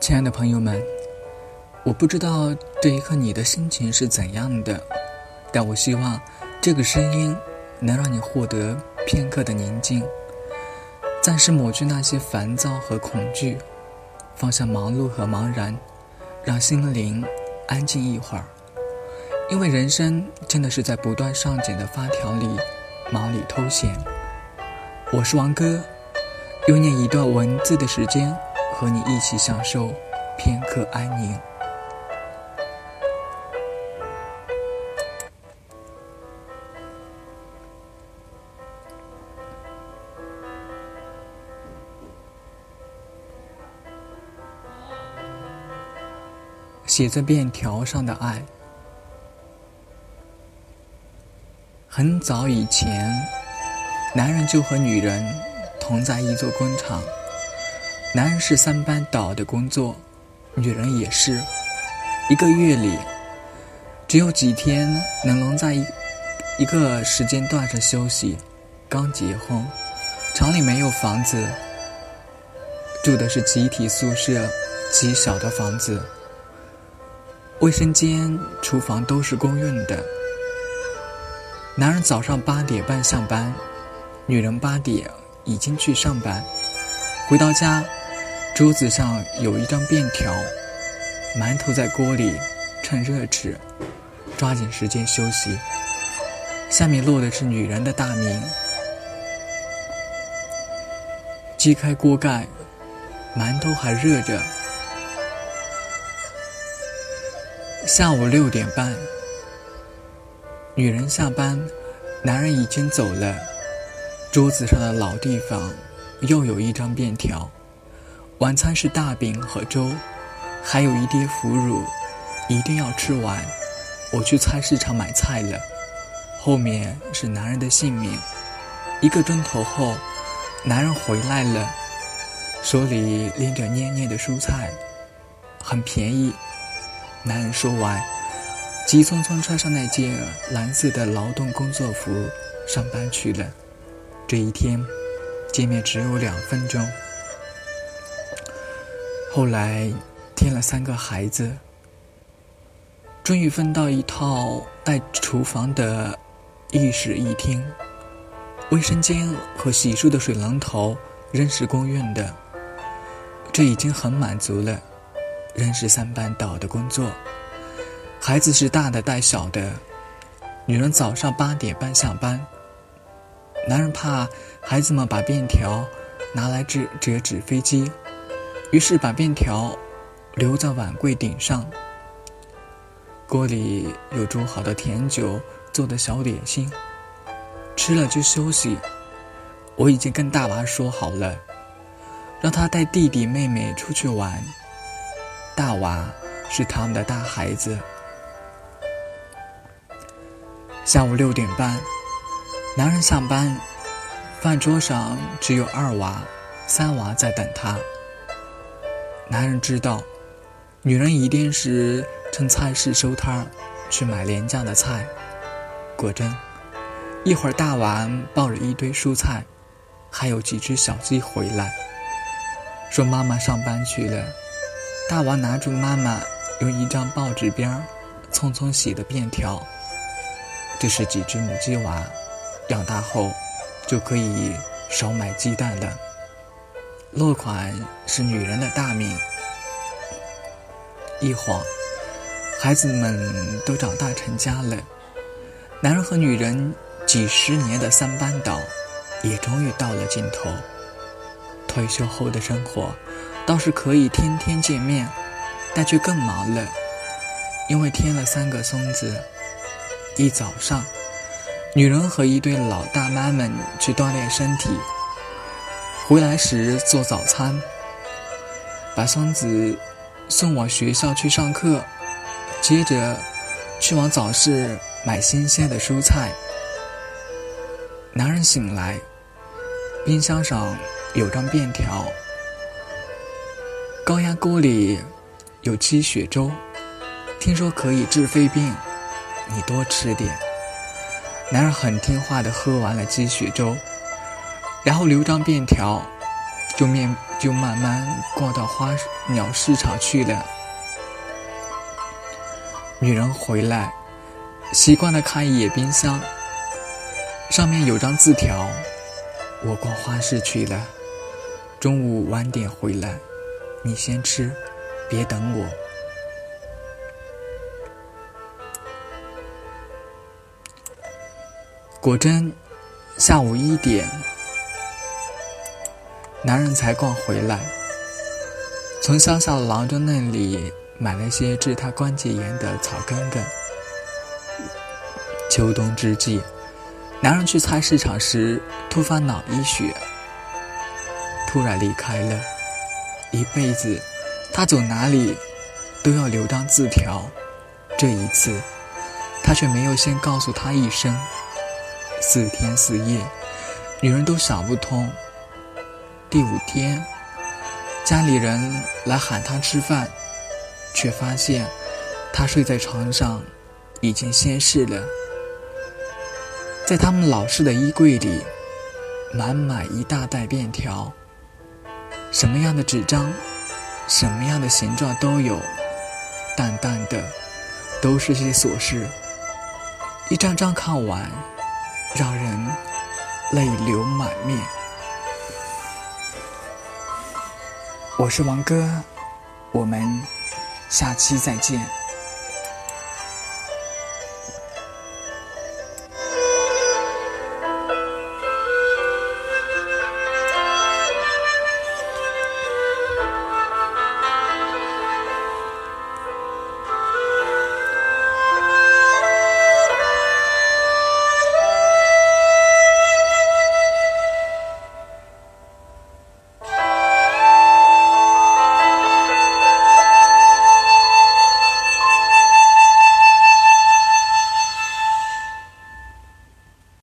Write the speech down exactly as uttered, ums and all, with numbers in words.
亲爱的朋友们，我不知道这一刻你的心情是怎样的，但我希望这个声音能让你获得片刻的宁静，暂时抹去那些烦躁和恐惧，放下忙碌和茫然，让心灵安静一会儿。因为人生真的是在不断上紧的发条里忙里偷闲。我是王哥，用念一段文字的时间和你一起享受片刻安宁。写在便条上的爱。很早以前，男人就和女人同在一座工厂，男人是三班倒的工作，女人也是。一个月里只有几天能拢在一一个时间段上休息。刚结婚，厂里没有房子，住的是集体宿舍，极小的房子，卫生间、厨房都是公用的。男人早上八点半上班，女人八点已经去上班。回到家，桌子上有一张便条，馒头在锅里，趁热吃，抓紧时间休息。下面落的是女人的大名。揭开锅盖，馒头还热着。下午六点半，女人下班，男人已经走了。桌子上的老地方又有一张便条，晚餐是大饼和粥，还有一碟腐乳，一定要吃完。我去菜市场买菜了。后面是男人的姓名。一个钟头后，男人回来了，手里拎着黏黏的蔬菜，很便宜。男人说完，急匆匆穿上那件蓝色的劳动工作服，上班去了。这一天见面只有两分钟。后来添了三个孩子，终于分到一套带厨房的一室一厅，卫生间和洗漱的水龙头仍是公用的，这已经很满足了。仍是三班倒的工作，孩子是大的带小的。女人早上八点半下班，男人怕孩子们把便条拿来折折纸飞机，于是把便条留在碗柜顶上。锅里有煮好的甜酒做的小点心，吃了就休息。我已经跟大娃说好了，让他带弟弟妹妹出去玩。大娃是他们的大孩子。下午六点半，男人下班，饭桌上只有二娃、三娃在等他。男人知道，女人一定是趁菜市收摊去买廉价的菜。果真，一会儿大娃抱着一堆蔬菜，还有几只小鸡回来，说妈妈上班去了。大娃拿住妈妈用一张报纸边匆匆写的便条，这是几只母鸡娃，养大后就可以少买鸡蛋了。落款是女人的大名。一晃，孩子们都长大成家了，男人和女人几十年的三班倒也终于到了尽头。退休后的生活倒是可以天天见面，但却更忙了，因为添了三个孙子。一早上，女人和一对老大妈们去锻炼身体，回来时做早餐，把孙子送往学校去上课，接着去往早市买新鲜的蔬菜。男人醒来，冰箱上有张便条，高压锅里有鸡血粥，听说可以治肺病，你多吃点。男人很听话地喝完了鸡血粥，然后留张便条就面就慢慢逛到花鸟市场去了。女人回来，习惯地看一眼冰箱，上面有张字条：我逛花市去了，中午晚点回来，你先吃，别等我。果真，下午一点，男人才逛回来，从乡下的郎中那里买了些治他关节炎的草根根。秋冬之际，男人去菜市场时突发脑溢血，突然离开了。一辈子，他走哪里都要留张字条，这一次，他却没有先告诉他一声。四天四夜，女人都想不通。第五天，家里人来喊她吃饭，却发现她睡在床上，已经仙逝了。在他们老式的衣柜里，满满一大袋便条，什么样的纸张，什么样的形状都有，淡淡的，都是些琐事。一张张看完，让人泪流满面。我是王哥，我们下期再见。